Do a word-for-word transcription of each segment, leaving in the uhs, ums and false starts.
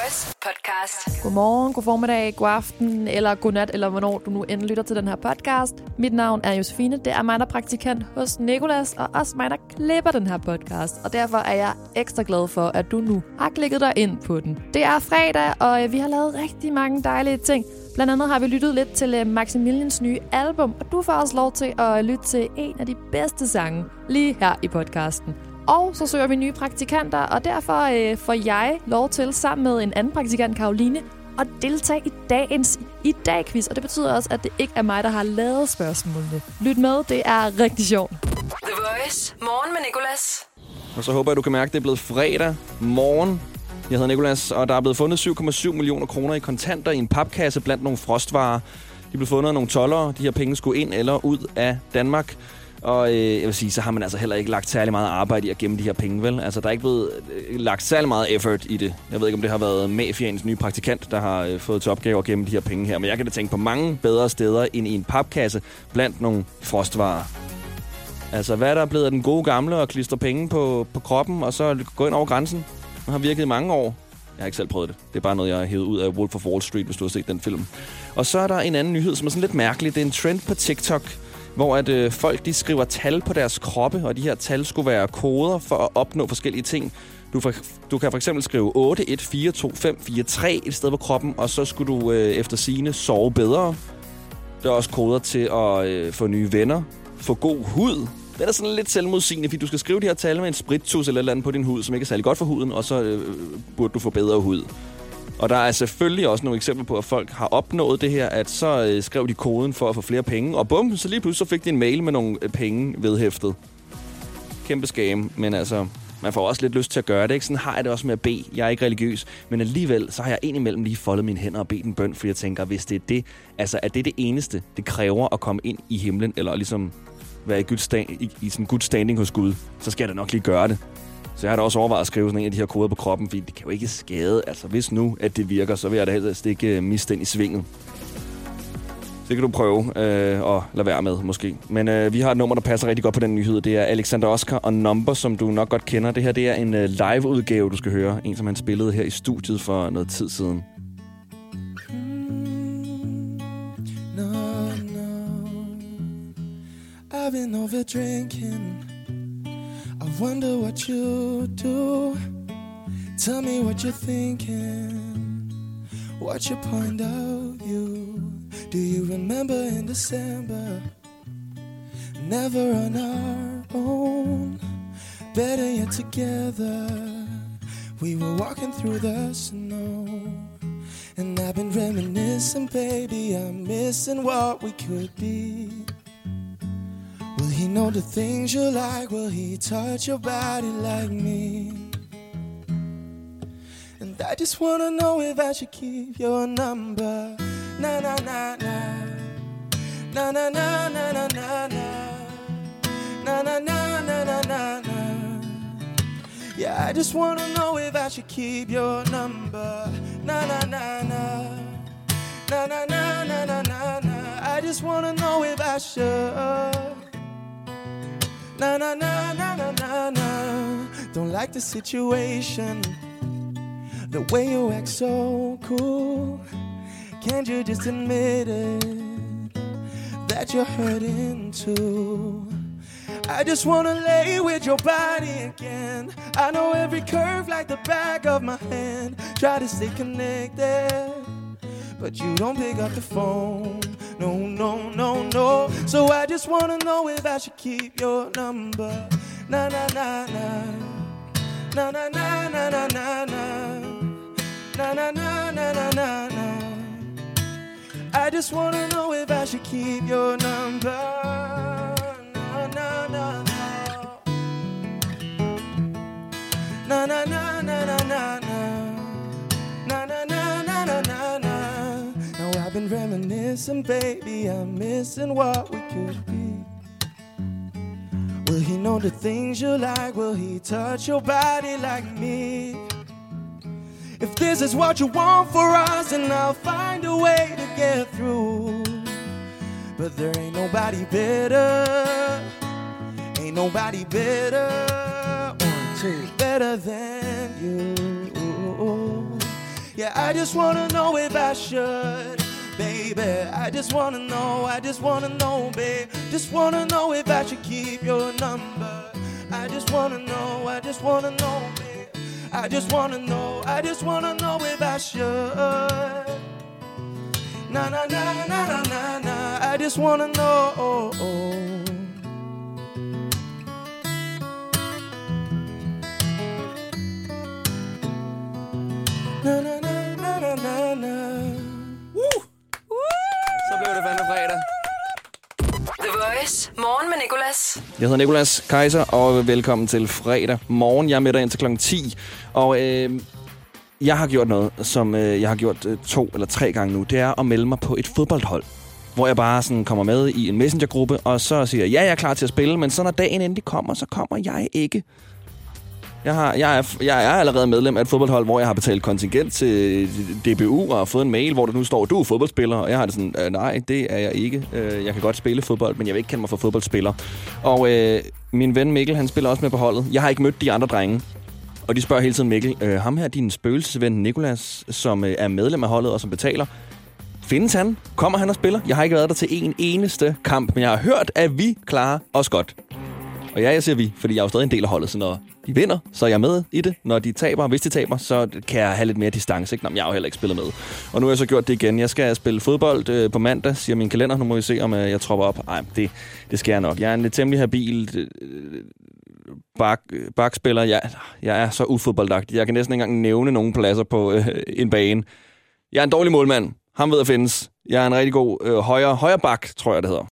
Voice podcast. Godmorgen, god formiddag, god aften eller god nat, eller hvornår du nu end lytter til den her podcast. Mit navn er Josefine. Det er mig, der er praktikant hos Nicolas, og også mig, der klipper den her podcast. Og derfor er jeg ekstra glad for, at du nu har klikket dig ind på den. Det er fredag, og vi har lavet rigtig mange dejlige ting. Blandt andet har vi lyttet lidt til Maximilians nye album, og du får også lov til at lytte til en af de bedste sange lige her i podcasten. Og så søger vi nye praktikanter, og derfor øh, får jeg lov til sammen med en anden praktikant, Karoline, at deltage i dagens i dag-quiz. Og det betyder også, at det ikke er mig, der har lavet spørgsmålene. Lyt med, det er rigtig sjovt. The Voice. Morgen med Nicolas. Og så håber jeg, du kan mærke, at det er blevet fredag morgen. Jeg hedder Nicolas, og der er blevet fundet syv komma syv millioner kroner i kontanter i en papkasse blandt nogle frostvarer. De blev fundet af nogle toldere. De her penge skulle ind eller ud af Danmark. Og øh, jeg vil sige, så har man altså heller ikke lagt særlig meget arbejde i at gemme de her penge, vel? Altså, der er ikke blevet øh, lagt særlig meget effort i det. Jeg ved ikke, om det har været Mafiaens nye praktikant, der har øh, fået til opgave at gemme de her penge her. Men jeg kan da tænke på mange bedre steder end i en papkasse blandt nogle frostvarer. Altså, hvad er der blevet af den gode gamle at klistre penge på, på kroppen, og så gå ind over grænsen? Den har virket i mange år. Jeg har ikke selv prøvet det. Det er bare noget, jeg har hævet ud af Wolf of Wall Street, hvis du har set den film. Og så er der en anden nyhed, som er sådan lidt mærkelig. Det er en trend på TikTok, hvor at, øh, folk de skriver tal på deres kroppe, og de her tal skulle være koder for at opnå forskellige ting. Du, for, du kan for eksempel skrive otte et fire to fem fire tre et sted på kroppen, og så skulle du øh, efter sigende sove bedre. Der er også koder til at øh, få nye venner, få god hud. Det er sådan lidt selvmodsigende, fordi du skal skrive de her tal med en sprittus eller et eller andet på din hud, som ikke er særlig godt for huden, og så øh, burde du få bedre hud. Og der er selvfølgelig også nogle eksempler på, at folk har opnået det her, at så øh, skrev de koden for at få flere penge, og bum, så lige pludselig så fik de en mail med nogle øh, penge vedhæftet. Kæmpe scam, men altså, man får også lidt lyst til at gøre det, ikke? Sådan har jeg det også med at bede. Jeg er ikke religiøs, men alligevel, så har jeg indimellem lige foldet mine hænder og bedt en bøn, fordi jeg tænker, hvis det er det, altså er det det eneste, det kræver at komme ind i himlen, eller ligesom være i, good stand, i, i sådan good standing hos Gud, så skal jeg da nok lige gøre det. Så jeg har da også overvejet at skrive sådan en af de her koder på kroppen, fordi det kan jo ikke skade. Altså, hvis nu, at det virker, så vil jeg da helst ikke miste den i svinget. Så det kan du prøve øh, at lade være med, måske. Men øh, vi har et nummer, der passer rigtig godt på den nyhed. Det er Alexander Oscar og Number, som du nok godt kender. Det her, det er en øh, live-udgave, du skal høre. En, som han spillede her i studiet for noget tid siden. No, no. I've been over drinking. I wonder what you do. Tell me what you're thinking. What's your point of view? Do you remember in December? Never on our own. Better yet together. We were walking through the snow. And I've been reminiscing, baby. I'm missing what we could be. Will he know the things you like? Will he touch your body like me? And I just wanna know if I should keep your number. Na na na na. Na na na na na na na. Na na na na na na na. Yeah, I just wanna know if I should keep your number. Na na na na. Na na na na na na na. I just wanna know if I should. Na na na na na na na. Don't like the situation, the way you act so cool. Can't you just admit it, that you're hurting too? I just wanna lay with your body again. I know every curve like the back of my hand. Try to stay connected, but you don't pick up the phone. No, no, no, no. So I just wanna know if I should keep your number. Na na na na. Na na na na na na na. Na na na na na na na. I just wanna know if I should keep your number. Na na na na. Na na na na na na na. Na na na na na na na. Now I've been reminiscing, baby, I'm missing what we could be. Will he know the things you like? Will he touch your body like me? If this is what you want for us, then I'll find a way to get through. But there ain't nobody better. Ain't nobody better. One, two, better than you. Yeah, I just wanna know if I should, baby. I just wanna know, I just wanna know, babe. Just wanna know if I should keep your number. I just wanna know, I just wanna know, babe. I just wanna know, I just wanna know if I should. Na na na na na na na. I just wanna know. Na na na na na na. Woo! Så blev det fandme fredag. The Voice. Morgen med Nicolas. Jeg hedder Nicolas Kaiser, og velkommen til fredag morgen. Jeg er med dig indtil klokken ti, og øh, jeg har gjort noget, som øh, jeg har gjort øh, to eller tre gange nu. Det er at melde mig på et fodboldhold, hvor jeg bare sådan kommer med i en messengergruppe, og så siger jeg, ja, jeg er klar til at spille, men så når dagen endelig kommer, så kommer jeg ikke. Jeg, har, jeg, er, jeg er allerede medlem af et fodboldhold, hvor jeg har betalt kontingent til D B U og har fået en mail, hvor der nu står, du er fodboldspiller. Og jeg har det sådan, øh, nej, det er jeg ikke. Øh, jeg kan godt spille fodbold, men jeg vil ikke kende mig for fodboldspiller. Og øh, min ven Mikkel, han spiller også med på holdet. Jeg har ikke mødt de andre drenge. Og de spørger hele tiden Mikkel, øh, ham her, din spøgelsesven Nicolas, som øh, er medlem af holdet og som betaler. Findes han? Kommer han og spiller? Jeg har ikke været der til en eneste kamp, men jeg har hørt, at vi klarer os godt. Og ja, jeg siger vi, fordi jeg er jo stadig en del af holdet, så når de vinder, så er jeg med i det. Når de taber, hvis de taber, så kan jeg have lidt mere distance. Ikke? Nå, jeg har jo heller ikke spillet med. Og nu har jeg så gjort det igen. Jeg skal spille fodbold øh, på mandag, siger min kalender. Nu må vi se, om øh, jeg tropper op. Nej, det, det skal jeg nok. Jeg er en lidt temmelig habil øh, bak, bakspiller. Jeg, jeg er så ufodboldagtig. Jeg kan næsten ikke engang nævne nogle pladser på øh, en bane. Jeg er en dårlig målmand. Ham ved at findes. Jeg er en rigtig god øh, højre, højre bak, tror jeg, det hedder.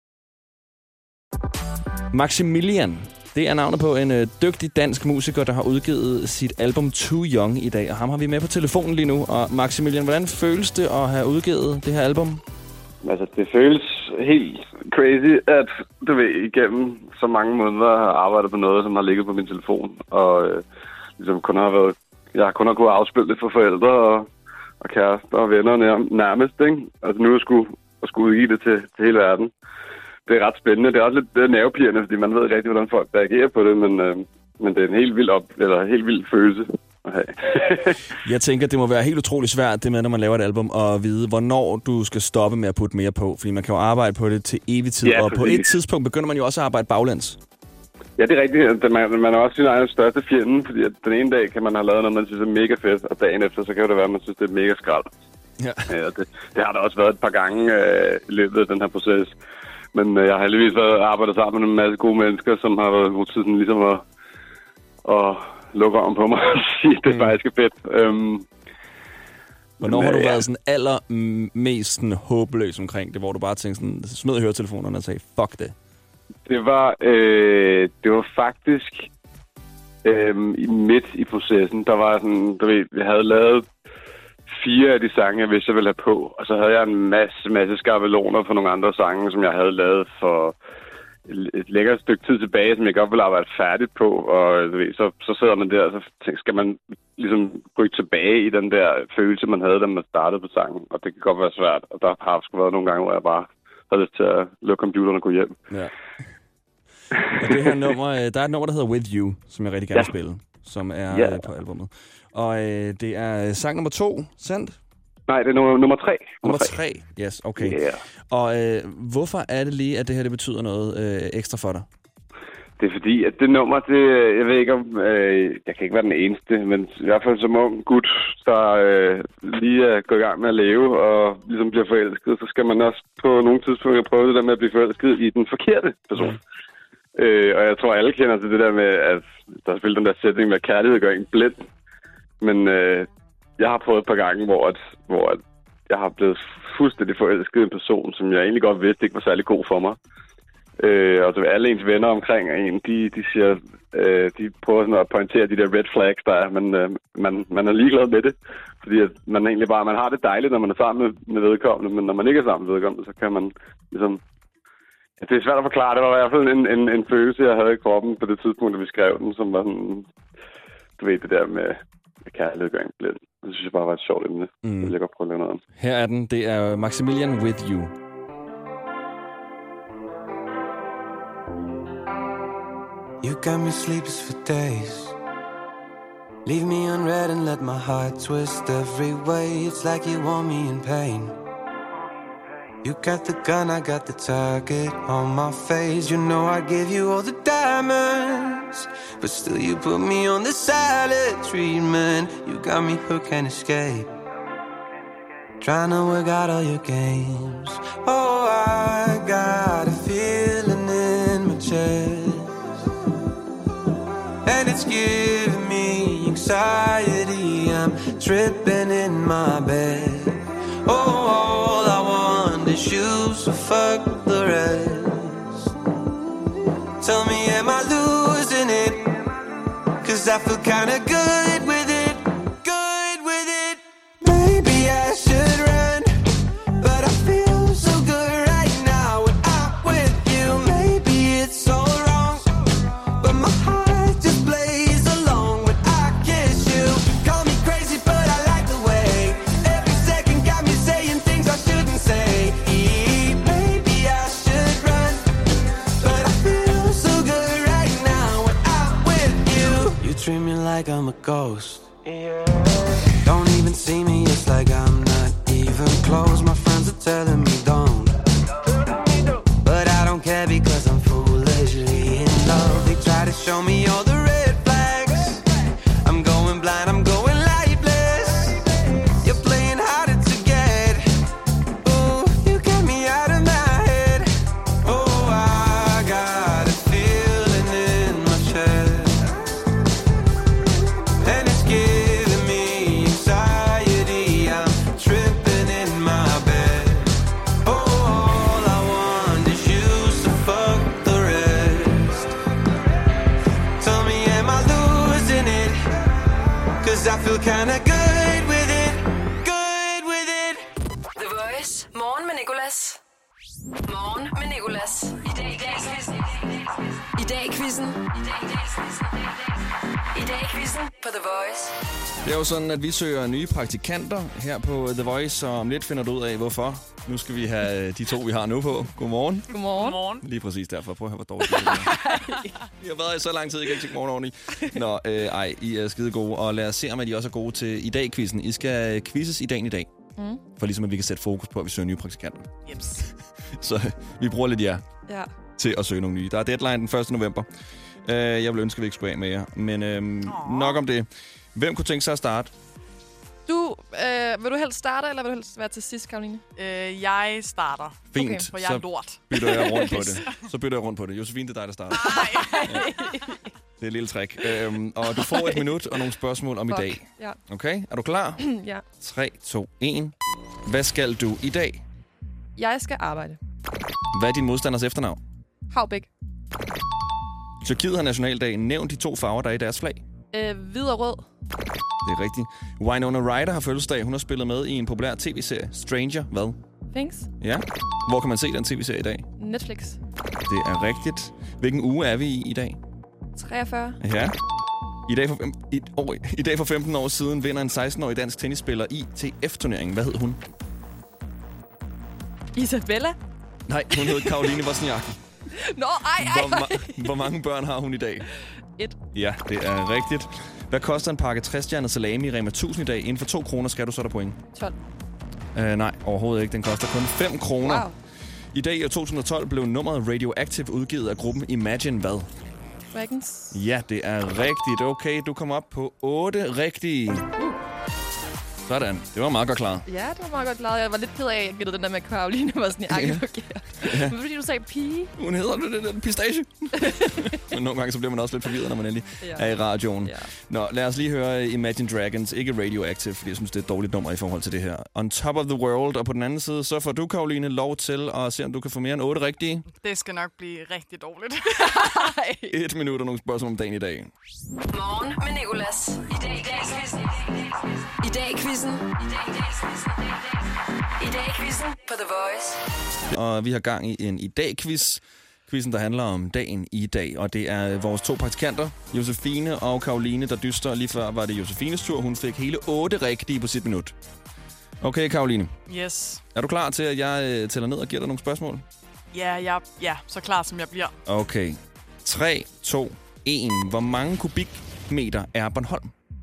Maximilian. Det er navnet på en øh, dygtig dansk musiker, der har udgivet sit album Too Young i dag. Og ham har vi med på telefonen lige nu. Og Maximilian, hvordan føles det at have udgivet det her album? Altså, det føles helt crazy, at du ved, igennem så mange måneder har arbejdet på noget, som har ligget på min telefon. Og øh, ligesom kun har været... Jeg har kun har kunnet afspille det for forældre og, og kærester og venner nærmest, ikke? Altså nu at skulle, at skulle udgive det til, til hele verden. Det er ret spændende. Det er også lidt nervepirrende, fordi man ved ikke rigtig, hvordan folk reagerer på det, men, øh, men det er en helt vild, op, eller helt vild følelse at have. Jeg tænker, det må være helt utroligt svært, det med, når man laver et album, at vide, hvornår du skal stoppe med at putte mere på. Fordi man kan jo arbejde på det til evig tid, ja, og på et tidspunkt begynder man jo også at arbejde baglæns. Ja, det er rigtigt. Man, man er også sin egen største fjende, fordi at den ene dag kan man have lavet noget, man synes er mega fedt, og dagen efter, så kan det være, at man synes, det er mega skrald. Ja. Ja, det, det har der også været et par gange øh, i løbet af den her proces. Men øh, jeg har heldigvis været arbejdet sammen med en masse gode mennesker, som har været god tid sådan, ligesom at, at lukke om på mig og sige, det er mm. faktisk fedt. Um, Hvornår men, har du ja. været sådan allermest sådan, håbløs omkring det, hvor du bare tænkte sådan, smed høretelefonerne og sagde, fuck det? Det var, øh, det var faktisk øh, midt i processen. Der var sådan, du ved, vi havde lavet fire af de sange, jeg vidste, jeg ville have på. Og så havde jeg en masse, masse skabeloner for nogle andre sange, som jeg havde lavet for et lækkert stykke tid tilbage, som jeg godt ville arbejde færdigt på. Og du ved, så, så sidder man der, og så tænker, skal man ligesom rykke tilbage i den der følelse, man havde, da man startede på sangen. Og det kan godt være svært. Og der har sgu været nogle gange, hvor jeg bare havde lyst til at lukke computeren og gå hjem. Ja. Og det her nummer, der er et nummer, der hedder With You, som jeg rigtig gerne vil ja. spille, som er ja. på albumet. Og øh, det er sang nummer to, sandt? Nej, det er nummer, nummer tre. Nummer tre, yes, okay. Yeah. Og øh, hvorfor er det lige, at det her det betyder noget øh, ekstra for dig? Det er fordi, at det nummer, det, jeg ved ikke om, øh, jeg kan ikke være den eneste, men i hvert fald som ung gut, der øh, lige er gået i gang med at leve og ligesom bliver forelsket, så skal man også på nogle tidspunkter prøve det der med at blive forelsket i den forkerte person. Mm. Øh, og jeg tror, alle kender til det der med, at der er selvfølgelig den der sætning med, at kærlighed gør en blind. Men øh, jeg har prøvet et par gange, hvor, at, hvor at jeg har blevet fuldstændig forelsket en person, som jeg egentlig godt vidste ikke var særlig god for mig. Øh, og så alle ens venner omkring en, de, de siger, øh, de prøver sådan at pointere de der red flags, der er, men øh, man, man er ligeglad med det. Fordi at man egentlig bare, man har det dejligt, når man er sammen med, med vedkommende, men når man ikke er sammen med vedkommende, så kan man ligesom... Ja, det er svært at forklare. Det var i hvert fald en, en, en følelse, jeg havde i kroppen på det tidspunkt, da vi skrev den, som var sådan... Du ved, det der med... kærlighed gør en blind. Det synes jeg bare var et sjovt emne. Mm. Det vil jeg godt prøve at lave noget om. Her er den. Det er Maximilian With You. You got me sleepless for days. Leave me unread and let my heart twist every way. It's like you want me in pain. You got the gun, I got the target on my face. You know I give you all the diamonds, but still you put me on the silent treatment. You got me hooked, can't escape. Trying to work out all your games. Oh, I got a feeling in my chest, and it's giving me anxiety. I'm tripping in my bed. Oh, all I want is you, so fuck the rest. Tell me, am I losing it? Cause I feel kinda good with it, good with it. Maybe I should run, but I feel so good right now when I'm with you. Maybe it's all wrong, but my heart just plays along when I kiss you. Call me crazy, but I like the way every second got me saying things I shouldn't say. Maybe I should run, but I feel so good right now when I'm with you. You treat me like I'm a ghost. Don't even see me, it's like I'm not even close. My friends are telling me don't, but I don't care because I'm foolishly in love. They try to show me all the red flags. I'm going blind, I'm going lifeless. You're playing harder to get. Ooh, you get me out of my head. Oh, I got a feeling in my chest, and it's giving me anxiety. I'm tripping in my bed. Oh, all I want is you, so fuck the rest. Tell me, am I losing it? Cause I feel kinda good with it, good with it. The Voice. Morgen med Nicolas. Morgen med Nicolas. I dag i dag quizzen. I dag i quizzen. I dag i quizzen på The Voice. Det er jo sådan, at vi søger nye praktikanter her på The Voice, og om lidt finder du ud af, hvorfor. Nu skal vi have de to, vi har nu på. Godmorgen. Godmorgen. Morgen. Lige præcis derfor. Prøv at høre, hvor dårligt det er. I har været i så lang tid, I kan ikke sige godmorgen ordentligt. Nå, øh, ej, I er skide gode, og lad os se, om I også er gode til i dag-quizzen. I skal quizzes i dagen i dag, mm. for ligesom at vi kan sætte fokus på, at vi søger nye praktikanter. Jeps. Så vi bruger lidt jer Ja. til at søge nogle nye. Der er deadline den første november. Uh, jeg vil ønske, at vi ikke skulle af med jer. Men øhm, nok om det. Hvem kunne tænke sig at starte? Du, øh, vil du helst starte, eller vil du helst være til sidst, Karoline? Øh, jeg starter. Fint. Okay, for jeg er lort. bytter jeg rundt på det. Så bytter jeg rundt på det. Josefine, det er dig, der starter. Nej. Det er et lille trick. Øhm, og du får et minut og nogle spørgsmål om Fuck. i dag. Ja. Okay? Er du klar? Ja. tre, to, et. Hvad skal du i dag? Jeg skal arbejde. Hvad er din modstanders efternavn? Havbæk. Tyrkiet har nationaldag. Nævn de to farver, der er i deres flag. Øh, hvid og rød. Det er rigtigt. Winona Ryder har fødselsdag. Hun har spillet med i en populær tv-serie. Stranger. Hvad? Thanks. Ja. Hvor kan man se den tv-serie i dag? Netflix. Det er rigtigt. Hvilken uge er vi i i dag? treogfyrre. Ja. I dag, for, fem, i, år, I dag for femten år siden vinder en seksten-årig dansk tennisspiller I T F-turneringen. Hvad hed hun? Isabella. Nej, hun hed Karoline Wozniacki. Nå, ej, ej, Hvor, ej. ma- hvor mange børn har hun i dag? Et. Ja, det er rigtigt. Hvad koster en pakke tres-stjernet salami i Rema tusind i dag? Inden for to kroner skal du så der point. tolv. Uh, nej, overhovedet ikke. Den koster kun fem kroner. Wow. I dag i to tusind og tolv blev nummeret Radioactive udgivet af gruppen Imagine hvad? Dragons. Ja, det er rigtigt. Okay, du kommer op på otte rigtige. Sådan. Det var meget godt klaret. Ja, det var meget godt klaret. Jeg var lidt ked af, at jeg gættede den der med Karoline var sådan i Ja. forkert. Ja. Men fordi du sagde pige. Hun hedder det, den pistache. Men nogle gange så bliver man også lidt forvirret, når man endelig Ja. er i radioen. Ja. Nå, lad os lige høre Imagine Dragons. Ikke Radioactive, fordi jeg synes, det er et dårligt nummer i forhold til det her. On Top of the World. Og på den anden side, så får du, Karoline, lov til at se, om du kan få mere end otte rigtige. Det skal nok blive rigtig dårligt. Et minut og nogle spørgsmål om dagen i dag. Morgen med Nicolas. I dag i dag quizzen. I dag i quizzen. I dag i dag quizzen. I dag i quizzen på The Voice. Og vi har gang i en i dag-quiz. Quizzen, der handler om dagen i dag. Og det er vores to praktikanter, Josefine og Karoline, der dyster. Lige før var det Josefines tur. Hun fik hele otte rigtige på sit minut. Okay, Karoline. Yes. Er du klar til, at jeg øh, tæller ned og giver dig nogle spørgsmål? Ja, jeg, ja, så klar som jeg bliver. Okay. tre, to, et. Hvor mange kubikmeter er Bornholm?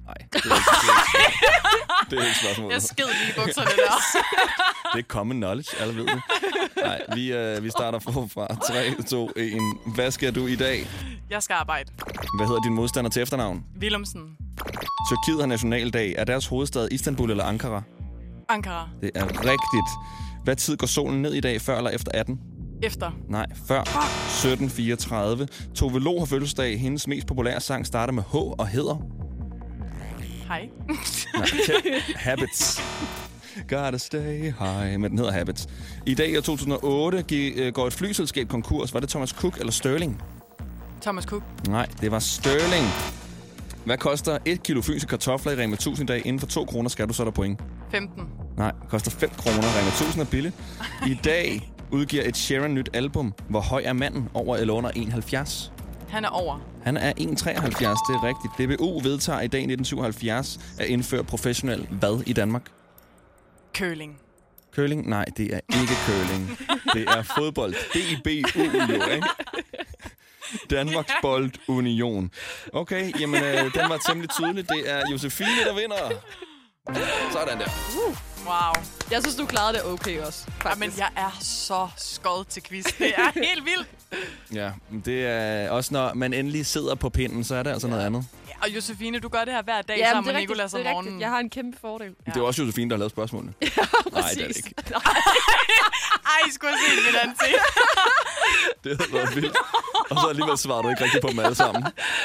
Nej, det er ikke, det er ikke spørgsmålet. Jeg sked lige i bukserne der. Det er common knowledge, alle ved det. Nej, vi, øh, vi starter forfra. tre, to, et. Hvad skal du i dag? Jeg skal arbejde. Hvad hedder din modstander til efternavn? Willumsen. Tyrkiet har nationaldag. Er deres hovedstad Istanbul eller Ankara? Ankara. Det er rigtigt. Hvad tid går solen ned i dag, før eller efter atten? Efter. Nej, før. sytten fireogtredive. Tove Lo har fødselsdag. Hendes mest populære sang starter med H og hedder... Hej. Nej, Habits. Gotta stay high. Men den hedder Habits. I dag i to tusind og otte går et flyselskab konkurs. Var det Thomas Cook eller Sterling? Thomas Cook. Nej, det var Sterling. Hvad koster et kilo fysiske kartofler i Rema tusind i dag? Inden for to kroner skal du så der point. femten. Nej, koster fem kroner. Rema tusind er billigt. I dag udgiver et Sheeran nyt album. Hvor høj er manden? Over eller under en komma halvfjerds? Han er over. Han er en komma treoghalvfjerds, det er rigtigt. D B U vedtager i dag nitten syvoghalvfjerds at indføre professionel hvad i Danmark? Curling. Curling? Nej, det er ikke curling. Det er fodbold. D B U jo, ikke? Danmarks Bold Union. Okay, jamen øh, den var temmelig tydelig. Det er Josefine, der vinder. Sådan der. Uh, wow. Jeg synes, du klarede det okay også, faktisk. Men jeg er så skod til quiz. Det er helt vildt. Ja, det er også når man endelig sidder på pinden, så er det altså noget andet. Ja, og Josefine, du gør det her hver dag Jamen, sammen det med er Nicolas om rigtigt. morgenen. Jeg har en kæmpe fordel. Ja. Det er også Josefine, der har lavet spørgsmålene. Ja, Nej, det er det ikke. Ej, I skulle have set mit ansigt. Det havde været vildt. Og så alligevel svarer du ikke rigtigt på dem alle sammen.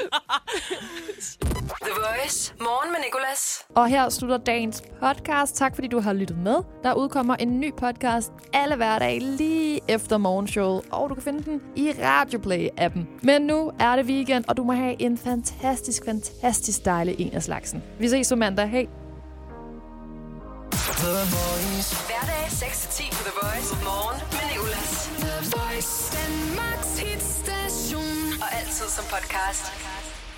The Voice. Morgen med Nicolas. Og her slutter dagens podcast. Tak fordi du har lyttet med. Der udkommer en ny podcast alle hverdage lige efter morgenshowet. Og du kan finde den i Radioplay-appen. Men nu er det weekend, og du må have en fantastisk, fantastisk dejlig en af slagsen. Vi ses på mandag. Hej. Hverdag seks til ti på The Voice. Morgen med Nicolas. The Voice. Danmarks hitstation. Og altid som podcast.